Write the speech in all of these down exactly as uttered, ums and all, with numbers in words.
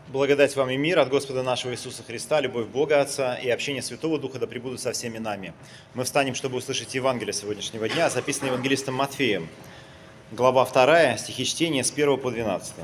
Благодать вам и мир от Господа нашего Иисуса Христа, любовь Бога Отца и общение Святого Духа да пребудут со всеми нами. Мы встанем, чтобы услышать Евангелие сегодняшнего дня, записанное евангелистом Матфеем. Глава вторая, стихи чтения с первого по двенадцатый.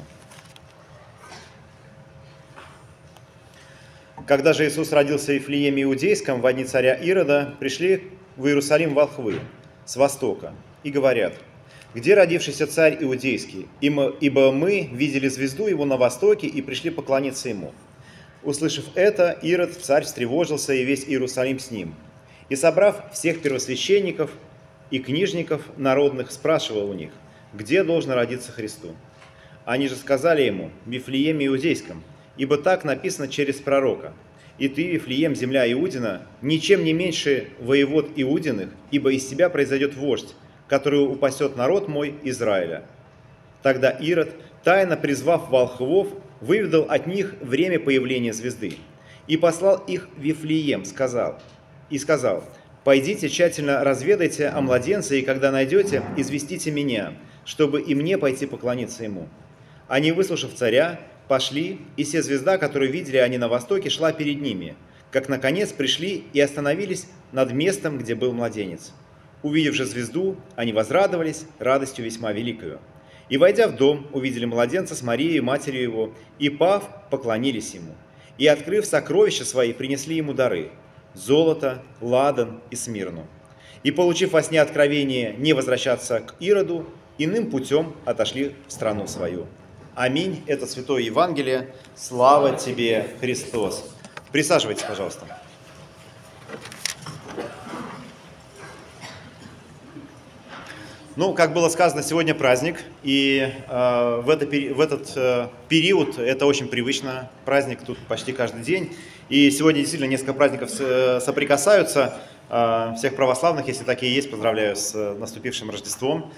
Когда же Иисус родился в Вифлееме Иудейском, во дни царя Ирода, пришли в Иерусалим волхвы с востока и говорят: «Где родившийся царь Иудейский? Ибо мы видели звезду его на востоке и пришли поклониться ему». Услышав это, Ирод, царь, встревожился, и весь Иерусалим с ним. И, собрав всех первосвященников и книжников народных, спрашивал у них, где должен родиться Христу. Они же сказали ему: в Вифлееме Иудейском, ибо так написано через пророка: «И ты, Вифлеем, земля Иудина, ничем не меньше воевод Иудиных, ибо из тебя произойдет вождь, который упасет народ мой Израиля». Тогда Ирод, тайно призвав волхвов, выведал от них время появления звезды и послал их в Вифлеем, сказал, и сказал: «Пойдите тщательно разведайте о младенце, и когда найдете, известите меня, чтобы и мне пойти поклониться ему». Они, выслушав царя, пошли, и се звезда, которую видели они на востоке, шла перед ними, как наконец пришли и остановились над местом, где был младенец. Увидев же звезду, они возрадовались радостью весьма великою. И, войдя в дом, увидели младенца с Марией, матерью его, и, пав, поклонились ему. И, открыв сокровища свои, принесли ему дары – золото, ладан и смирну. И, получив во сне откровение не возвращаться к Ироду, иным путем отошли в страну свою. Аминь. Это Святое Евангелие. Слава тебе, Христос. Присаживайтесь, пожалуйста. Ну, как было сказано, сегодня праздник, и э, в, это, в этот э, период это очень привычно. Праздник тут почти каждый день. И сегодня действительно несколько праздников с, соприкасаются. Э, всех православных, если такие есть, поздравляю с наступившим Рождеством.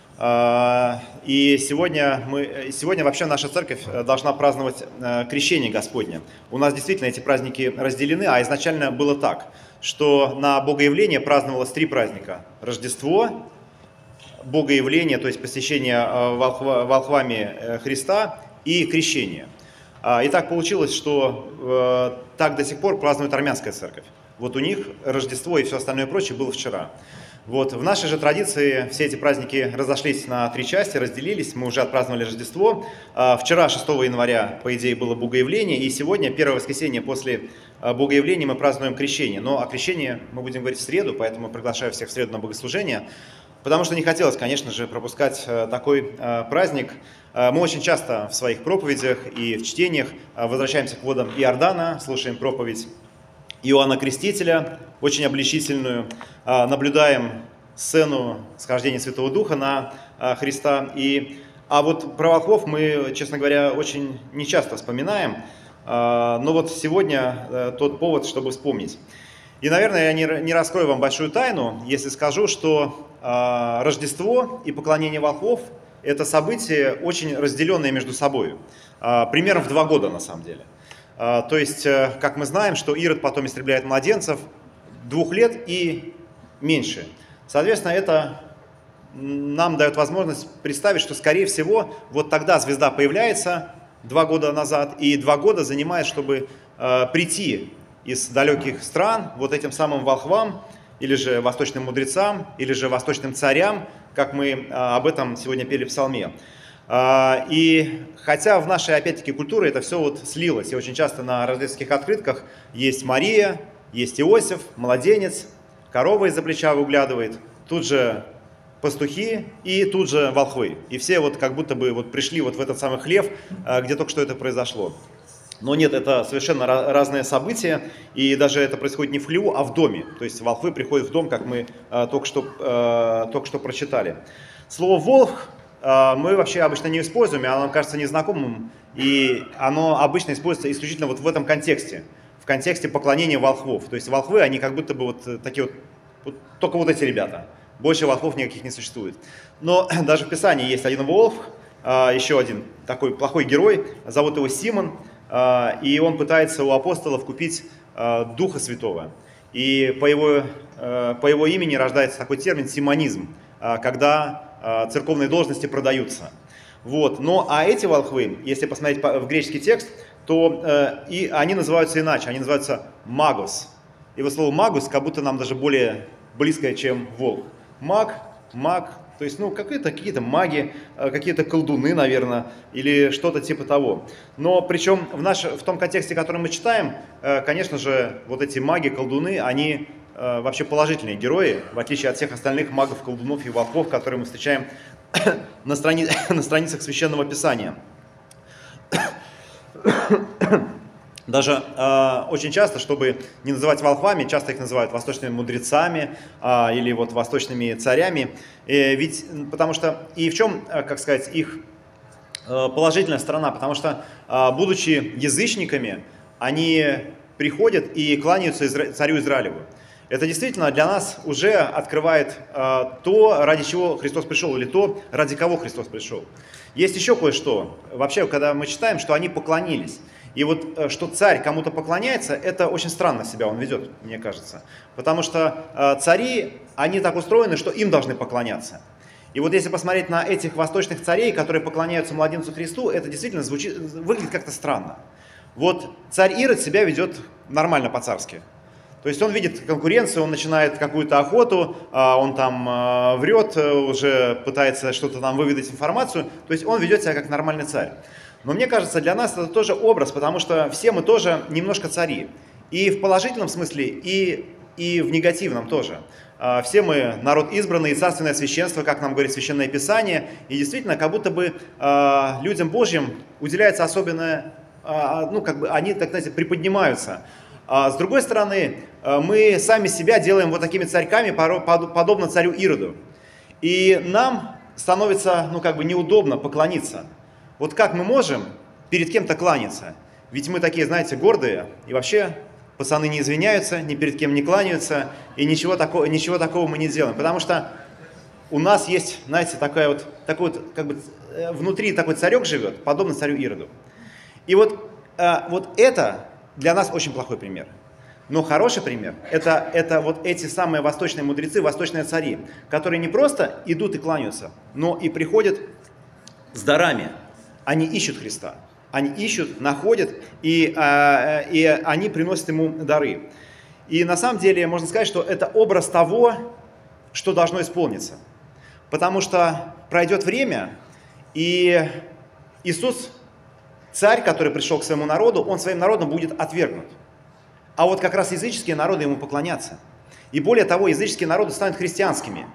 Э, и сегодня, мы, сегодня вообще наша церковь должна праздновать э, Крещение Господне. У нас действительно эти праздники разделены, а изначально было так, что на Богоявление праздновалось три праздника. Рождество, Богоявление, то есть посещение волхва, волхвами Христа, и крещение. И так получилось, что э, так до сих пор празднует армянская церковь. Вот у них Рождество и все остальное прочее было вчера. Вот. В нашей же традиции все эти праздники разошлись на три части, разделились. Мы уже отпраздновали Рождество. Вчера, шестого января, по идее, было Богоявление, и сегодня, первое воскресенье после Богоявления, мы празднуем крещение. Но о крещении мы будем говорить в среду, поэтому приглашаю всех в среду на богослужение. Потому что не хотелось, конечно же, пропускать такой праздник. Мы очень часто в своих проповедях и в чтениях возвращаемся к водам Иордана, слушаем проповедь Иоанна Крестителя, очень обличительную, наблюдаем сцену схождения Святого Духа на Христа. И, а вот про волхвов мы, честно говоря, очень нечасто вспоминаем, но вот сегодня тот повод, чтобы вспомнить. И, наверное, я не, не раскрою вам большую тайну, если скажу, что э, Рождество и поклонение волхвов – это события, очень разделенные между собой, э, примерно в два года на самом деле. Э, то есть, э, как мы знаем, что Ирод потом истребляет младенцев двух лет и меньше. Соответственно, это нам дает возможность представить, что, скорее всего, вот тогда звезда появляется два года назад, и два года занимает, чтобы э, прийти из далеких стран вот этим самым волхвам, или же восточным мудрецам, или же восточным царям, как мы а, об этом сегодня пели в псалме. А, и хотя в нашей, опять-таки, культуре это все вот слилось, и очень часто на рождественских открытках есть Мария, есть Иосиф, младенец, корова из-за плеча выглядывает, тут же пастухи и тут же волхвы. И все вот как будто бы вот пришли вот в этот самый хлев, где только что это произошло. Но нет, это совершенно разные события, и даже это происходит не в хлеву, а в доме. То есть волхвы приходят в дом, как мы э, только, что, э, только что прочитали. Слово «волх» э, мы вообще обычно не используем, оно нам кажется незнакомым, и оно обычно используется исключительно вот в этом контексте, в контексте поклонения волхвов. То есть волхвы, они как будто бы вот такие вот, вот только вот эти ребята. Больше волхвов никаких не существует. Но даже в Писании есть один волх, э, еще один такой плохой герой, зовут его Симон. И он пытается у апостолов купить Духа Святого. И по его, по его имени рождается такой термин «симонизм», когда церковные должности продаются. Вот. Но, а эти волхвы, если посмотреть в греческий текст, то э, и они называются иначе, они называются магос. И вот слово магус как будто нам даже более близкое, чем волк. Маг, маг, то есть ну, какие-то какие-то маги, э, какие-то колдуны, наверное, или что-то типа того. Но причем в, наш, в том контексте, который мы читаем, э, конечно же, вот эти маги, колдуны, они э, вообще положительные герои, в отличие от всех остальных магов, колдунов и волков, которые мы встречаем на, страни... на страницах Священного Писания. Даже э, очень часто, чтобы не называть волхвами, часто их называют восточными мудрецами э, или вот восточными царями. Э, ведь, потому что, и в чем, э, как сказать, их э, положительная сторона? Потому что, э, будучи язычниками, они приходят и кланяются изра... царю Израилеву. Это действительно для нас уже открывает э, то, ради чего Христос пришел, или то, ради кого Христос пришел. Есть еще кое-что. Вообще, когда мы читаем, что они поклонились. И вот что царь кому-то поклоняется, это очень странно себя он ведет, мне кажется. Потому что э, цари, они так устроены, что им должны поклоняться. И вот если посмотреть на этих восточных царей, которые поклоняются младенцу Христу, это действительно звучит, выглядит как-то странно. Вот царь Ирод себя ведет нормально по-царски. То есть он видит конкуренцию, он начинает какую-то охоту, он там врет, уже пытается что-то там выведать информацию. То есть он ведет себя как нормальный царь. Но мне кажется, для нас это тоже образ, потому что все мы тоже немножко цари. И в положительном смысле, и, и в негативном тоже. Все мы народ избранный и царственное священство, как нам говорит Священное Писание. И действительно, как будто бы людям Божьим уделяется особенное, ну как бы они, так знаете, приподнимаются. А с другой стороны, мы сами себя делаем вот такими царьками, подобно царю Ироду. И нам становится, ну как бы неудобно поклониться. Вот как мы можем перед кем-то кланяться? Ведь мы такие, знаете, гордые, и вообще пацаны не извиняются, ни перед кем не кланяются, и ничего такого, ничего такого мы не делаем. Потому что у нас есть, знаете, такая вот, такой вот, как бы внутри такой царек живет, подобно царю Ироду. И вот, вот это для нас очень плохой пример. Но хороший пример это, – это вот эти самые восточные мудрецы, восточные цари, которые не просто идут и кланяются, но и приходят с дарами. Они ищут Христа, они ищут, находят, и, э, и они приносят ему дары. И на самом деле можно сказать, что это образ того, что должно исполниться. Потому что пройдет время, и Иисус, царь, который пришел к своему народу, он своим народом будет отвергнут. А вот как раз языческие народы ему поклонятся. И более того, языческие народы станут христианскими.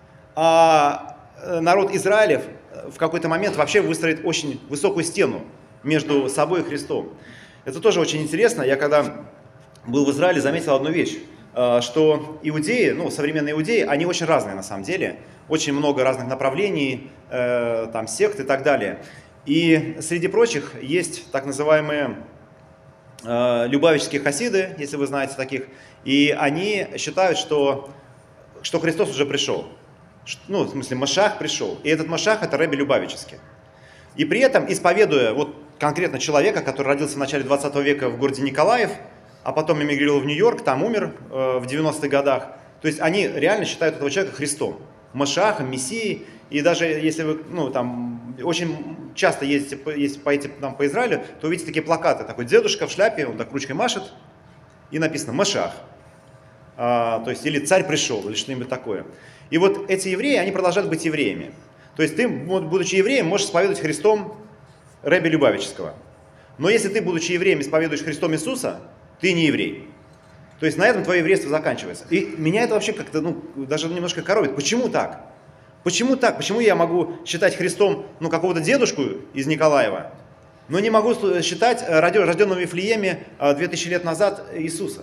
А народ Израилев в какой-то момент вообще выстроит очень высокую стену между собой и Христом. Это тоже очень интересно. Я когда был в Израиле, заметил одну вещь, что иудеи, ну, современные иудеи, они очень разные на самом деле. Очень много разных направлений, там, сект и так далее. И среди прочих есть так называемые любавические хасиды, если вы знаете таких. И они считают, что, что Христос уже пришел. Ну, в смысле, Машах пришел. И этот Машах – это Ребе Любавический. И при этом, исповедуя вот конкретно человека, который родился в начале двадцатого века в городе Николаев, а потом эмигрировал в Нью-Йорк, там умер э, в девяностых годах. То есть они реально считают этого человека Христом, Машахом, Мессией. И даже если вы, ну, там, очень часто ездите, если поедете там, по Израилю, то увидите такие плакаты. Такой дедушка в шляпе, он так ручкой машет, и написано «Машах». А, то есть, или «Царь пришел», или что-нибудь такое. И вот эти евреи, они продолжают быть евреями. То есть ты, будучи евреем, можешь исповедовать Христом Ребе Любавического. Но если ты, будучи евреем, исповедуешь Христом Иисуса, ты не еврей. То есть на этом твое еврейство заканчивается. И меня это вообще как-то, ну, даже немножко коробит. Почему так? Почему так? Почему я могу считать Христом, ну, какого-то дедушку из Николаева, но не могу считать рожденного в Вифлееме две тысячи лет назад Иисуса?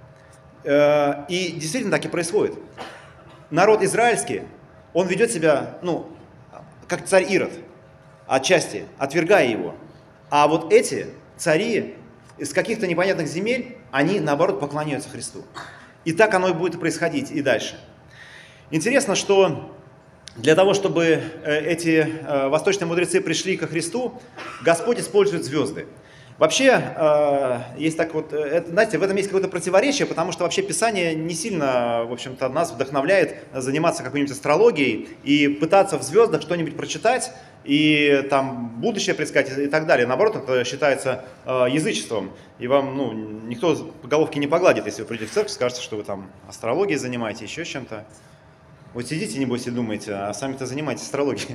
И действительно так и происходит. Народ израильский, он ведет себя, ну, как царь Ирод, отчасти, отвергая его. А вот эти цари из каких-то непонятных земель, они, наоборот, поклоняются Христу. И так оно и будет происходить и дальше. Интересно, что для того, чтобы эти восточные мудрецы пришли ко Христу, Господь использует звезды. Вообще, э, есть так вот, это, знаете, в этом есть какое-то противоречие, потому что вообще Писание не сильно, в общем-то, нас вдохновляет заниматься какой-нибудь астрологией и пытаться в звездах что-нибудь прочитать и там будущее предсказать и так далее. Наоборот, это считается э, язычеством, и вам, ну, никто по головке не погладит, если вы придете в церковь, скажете, что вы там астрологией занимаетесь, еще чем-то. Вот сидите, небось, и думаете, а сами-то занимаетесь астрологией.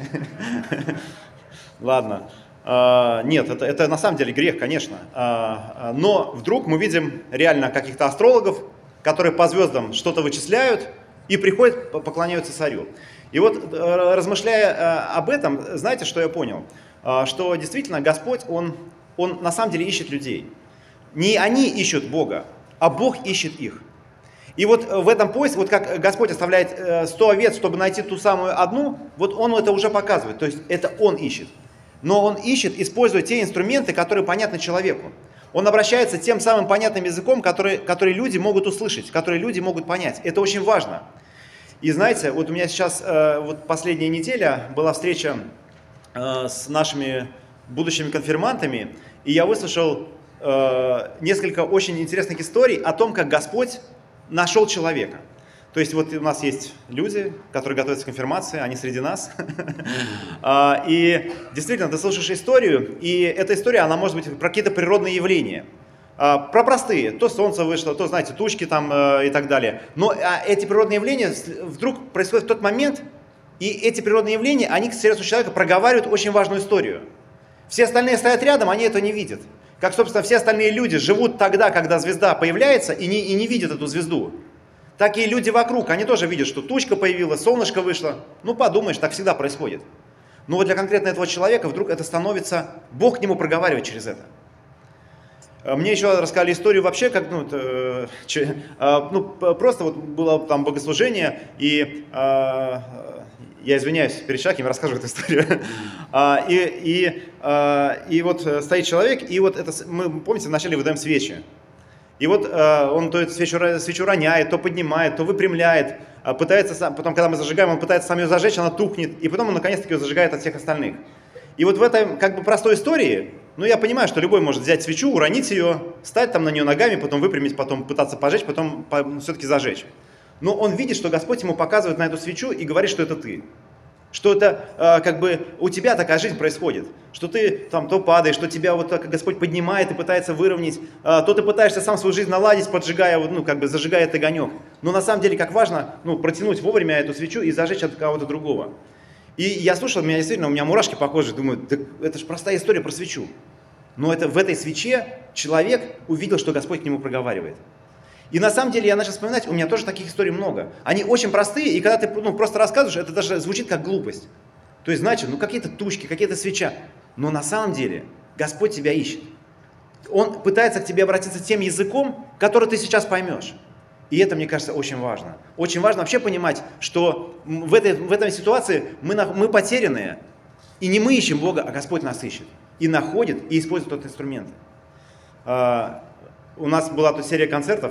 Ладно. Uh, нет, это, это на самом деле грех, конечно. Uh, но вдруг мы видим реально каких-то астрологов, которые по звездам что-то вычисляют и приходят, поклоняются царю. И вот, размышляя uh, об этом, знаете, что я понял? Uh, что действительно Господь, он, он на самом деле ищет людей. Не они ищут Бога, а Бог ищет их. И вот в этом поиске, вот как Господь оставляет сто овец, чтобы найти ту самую одну, вот Он это уже показывает, то есть это Он ищет. Но он ищет, используя те инструменты, которые понятны человеку. Он обращается тем самым понятным языком, который, который люди могут услышать, который люди могут понять. Это очень важно. И знаете, вот у меня сейчас, э, вот последняя неделя была встреча э, с нашими будущими конфирмантами, и я выслушал э, несколько очень интересных историй о том, как Господь нашел человека. То есть вот у нас есть люди, которые готовятся к конфирмации, они среди нас. И действительно, ты слушаешь историю, и эта история, она может быть про какие-то природные явления. Про простые, то солнце вышло, то, знаете, тучки там и так далее. Но эти природные явления вдруг происходят в тот момент, и эти природные явления, они к сердцу человека проговаривают очень важную историю. Все остальные стоят рядом, они это не видят. Как, собственно, все остальные люди живут тогда, когда звезда появляется, и не, и не видят эту звезду. Так и люди вокруг, они тоже видят, что тучка появилась, солнышко вышло. Ну, подумаешь, так всегда происходит. Но вот для конкретно этого человека вдруг это становится, Бог к нему проговаривает через это. Мне еще рассказали историю вообще, как, ну, это, че, а, ну просто вот было там богослужение, и а, я извиняюсь перед человеком, расскажу эту историю. А, и, и, а, и вот стоит человек, и вот это, мы, помните, вначале выдаем свечи. И вот э, он то эту свечу, свечу роняет, то поднимает, то выпрямляет, э, пытается сам, потом, когда мы зажигаем, он пытается сам ее зажечь, она тухнет, и потом он наконец-таки ее зажигает от всех остальных. И вот в этой как бы простой истории, ну я понимаю, что любой может взять свечу, уронить ее, встать там на нее ногами, потом выпрямить, потом пытаться пожечь, потом по, все-таки зажечь. Но он видит, что Господь ему показывает на эту свечу и говорит, что это ты. Что это э, как бы у тебя такая жизнь происходит, что ты там то падаешь, что тебя вот так Господь поднимает и пытается выровнять, э, то ты пытаешься сам свою жизнь наладить, поджигая, ну как бы зажигая этот огонек. Но на самом деле как важно, ну, протянуть вовремя эту свечу и зажечь от кого-то другого. И я слушал, меня действительно, у меня мурашки по коже, думаю, да это же простая история про свечу. Но это в этой свече человек увидел, что Господь к нему проговаривает. И на самом деле я начал вспоминать, у меня тоже таких историй много. Они очень простые, и когда ты ну, просто рассказываешь, это даже звучит как глупость. То есть, значит, ну какие-то тучки, какие-то свеча. Но на самом деле Господь тебя ищет. Он пытается к тебе обратиться тем языком, который ты сейчас поймешь. И это, мне кажется, очень важно. Очень важно вообще понимать, что в этой, в этой ситуации мы, мы потерянные. И не мы ищем Бога, а Господь нас ищет. И находит, и использует тот инструмент. А, у нас была тут серия концертов.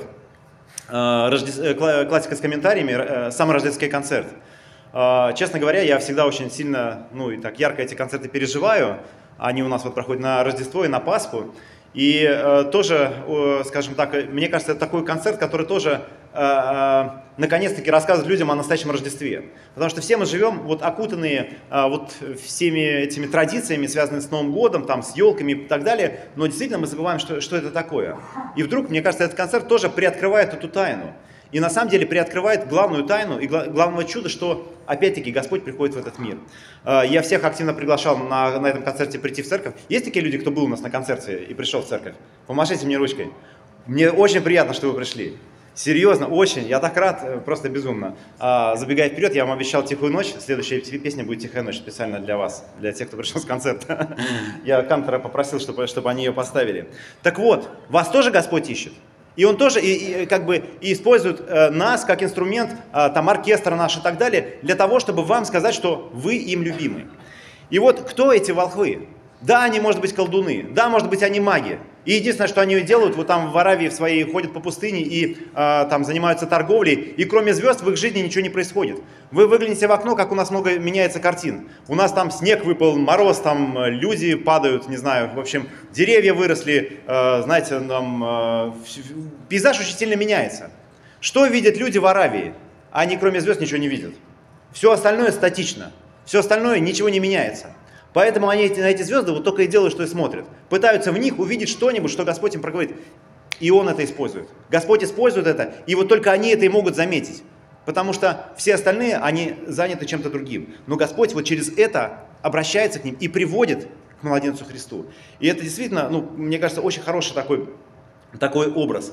Классика с комментариями, самый рождественский концерт. Честно говоря, я всегда очень сильно, ну и так ярко эти концерты переживаю. Они у нас вот проходят на Рождество и на Пасху. И э, тоже, э, скажем так, мне кажется, это такой концерт, который тоже э, э, наконец-таки рассказывает людям о настоящем Рождестве. Потому что все мы живем вот окутанные э, вот всеми этими традициями, связанными с Новым годом, там, с елками и так далее, но действительно мы забываем, что, что это такое. И вдруг, мне кажется, этот концерт тоже приоткрывает эту тайну. И на самом деле приоткрывает главную тайну и главного чуда, что опять-таки Господь приходит в этот мир. Я всех активно приглашал на, на этом концерте прийти в церковь. Есть такие люди, кто был у нас на концерте и пришел в церковь? Помашите мне ручкой. Мне очень приятно, что вы пришли. Серьезно, очень. Я так рад, просто безумно. Забегая вперед, я вам обещал «Тихую ночь». Следующая песня будет «Тихая ночь» специально для вас, для тех, кто пришел с концерта. Я Кантора попросил, чтобы, чтобы они ее поставили. Так вот, вас тоже Господь ищет. И он тоже и, и, как бы, и использует э, нас как инструмент, э, там, оркестр наш и так далее, для того, чтобы вам сказать, что вы им любимы. И вот кто эти волхвы? Да, они, может быть, колдуны, да, может быть, они маги, И единственное, что они делают, вот там в Аравии в своей ходят по пустыне и э, там занимаются торговлей, и кроме звезд в их жизни ничего не происходит. Вы выгляните в окно, как у нас много меняется картин. У нас там снег выпал, мороз, там люди падают, не знаю, в общем, деревья выросли, э, знаете, там, э, пейзаж очень сильно меняется. Что видят люди в Аравии? Они кроме звезд ничего не видят. Все остальное статично, все остальное ничего не меняется. Поэтому они на эти звезды вот только и делают, что и смотрят. Пытаются в них увидеть что-нибудь, что Господь им проговорит. И Он это использует. Господь использует это, и вот только они это и могут заметить. Потому что все остальные, они заняты чем-то другим. Но Господь вот через это обращается к ним и приводит к младенцу Христу. И это действительно, ну, мне кажется, очень хороший такой, такой образ.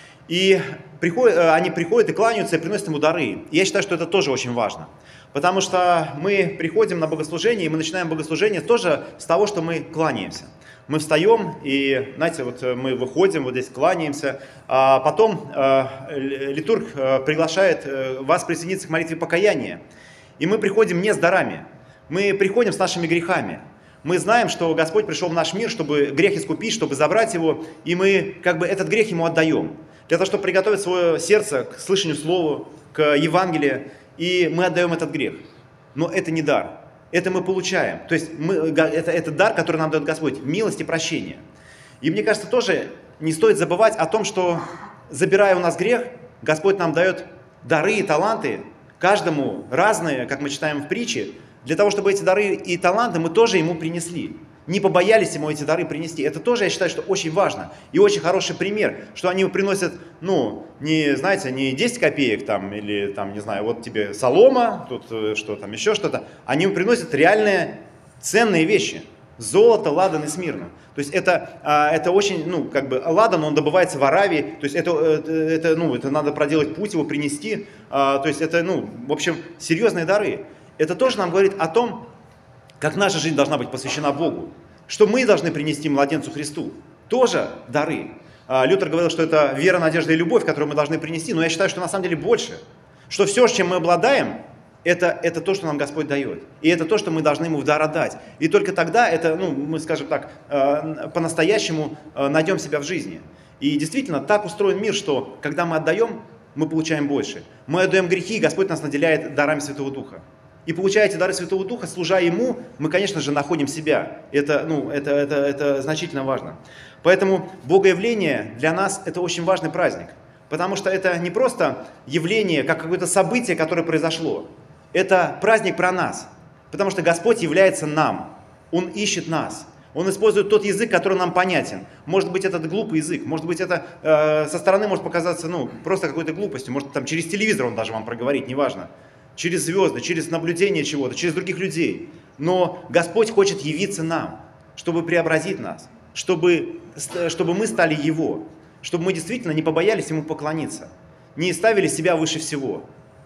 И приходят, они приходят и кланяются, и приносят ему дары. И я считаю, что это тоже очень важно. Потому что мы приходим на богослужение, и мы начинаем богослужение тоже с того, что мы кланяемся. Мы встаем, и, знаете, вот мы выходим, вот здесь кланяемся, а потом э, литург э, приглашает э, вас присоединиться к молитве покаяния. И мы приходим не с дарами, мы приходим с нашими грехами. Мы знаем, что Господь пришел в наш мир, чтобы грех искупить, чтобы забрать его, и мы как бы этот грех ему отдаем. Для того, чтобы приготовить свое сердце к слышанию слова, к Евангелию, и мы отдаем этот грех. Но это не дар. Это мы получаем. То есть мы, это, это дар, который нам дает Господь. Милость и прощение. И мне кажется, тоже не стоит забывать о том, что, забирая у нас грех, Господь нам дает дары и таланты, каждому разные, как мы читаем в притче, для того, чтобы эти дары и таланты мы тоже Ему принесли. Не побоялись Ему эти дары принести. Это тоже, я считаю, что очень важно. И очень хороший пример, что они приносят, ну, не, знаете, не десять копеек там, или там, не знаю, вот тебе солома, тут что там, еще что-то. Они приносят реальные ценные вещи. Золото, ладан и смирно. То есть это, это очень, ну, как бы, ладан, он добывается в Аравии. То есть это, это, это, ну, это надо проделать путь, его принести. То есть это, ну, в общем, серьезные дары. Это тоже нам говорит о том, как наша жизнь должна быть посвящена Богу, что мы должны принести младенцу Христу. Тоже дары. Лютер говорил, что это вера, надежда и любовь, которую мы должны принести, но я считаю, что на самом деле больше. Что все, с чем мы обладаем, это, это то, что нам Господь дает. И это то, что мы должны Ему в дар отдать. И только тогда это, ну, мы, скажем так, по-настоящему найдем себя в жизни. И действительно, так устроен мир, что когда мы отдаем, мы получаем больше. Мы отдаем грехи, и Господь нас наделяет дарами Святого Духа. И получая эти дары Святого Духа, служа Ему, мы, конечно же, находим себя. Это, ну, это, это, это значительно важно. Поэтому Богоявление для нас – это очень важный праздник. Потому что это не просто явление, как какое-то событие, которое произошло. Это праздник про нас. Потому что Господь является нам. Он ищет нас. Он использует тот язык, который нам понятен. Может быть, это глупый язык. Может быть, это э, со стороны может показаться, ну, просто какой-то глупостью. Может, там через телевизор он даже вам проговорит, неважно. Через звезды, через наблюдение чего-то, через других людей. Но Господь хочет явиться нам, чтобы преобразить нас, чтобы, чтобы мы стали Его, чтобы мы действительно не побоялись Ему поклониться, не ставили себя выше всего,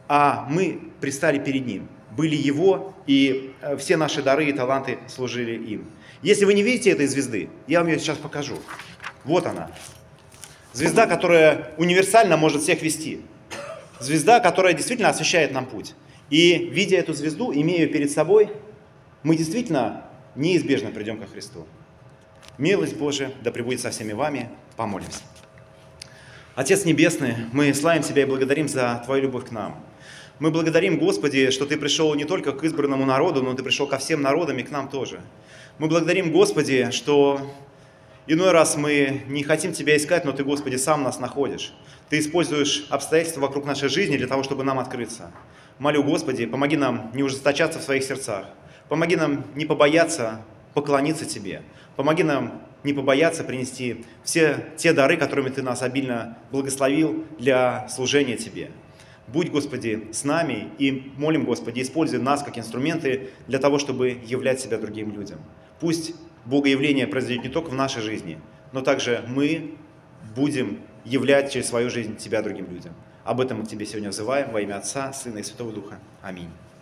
а мы предстали перед Ним, были Его, и все наши дары и таланты служили им. Если вы не видите этой звезды, я вам ее сейчас покажу. Вот она. Звезда, которая универсально может всех вести. Звезда, которая действительно освещает нам путь. И, видя эту звезду, имея ее перед собой, мы действительно неизбежно придем ко Христу. Милость Божия да пребудет со всеми вами. Помолимся. Отец Небесный, мы славим Тебя и благодарим за Твою любовь к нам. Мы благодарим, Господи, что Ты пришел не только к избранному народу, но Ты пришел ко всем народам и к нам тоже. Мы благодарим, Господи, что иной раз мы не хотим Тебя искать, но Ты, Господи, сам нас находишь. Ты используешь обстоятельства вокруг нашей жизни для того, чтобы нам открыться. Молю, Господи, помоги нам не ужесточаться в своих сердцах. Помоги нам не побояться поклониться Тебе. Помоги нам не побояться принести все те дары, которыми Ты нас обильно благословил для служения Тебе. Будь, Господи, с нами и молим, Господи, используй нас как инструменты для того, чтобы являть себя другим людям. Пусть Богоявление произойдет не только в нашей жизни, но также мы будем являть через свою жизнь Тебя другим людям. Об этом мы к Тебе сегодня взываем во имя Отца, Сына и Святого Духа. Аминь.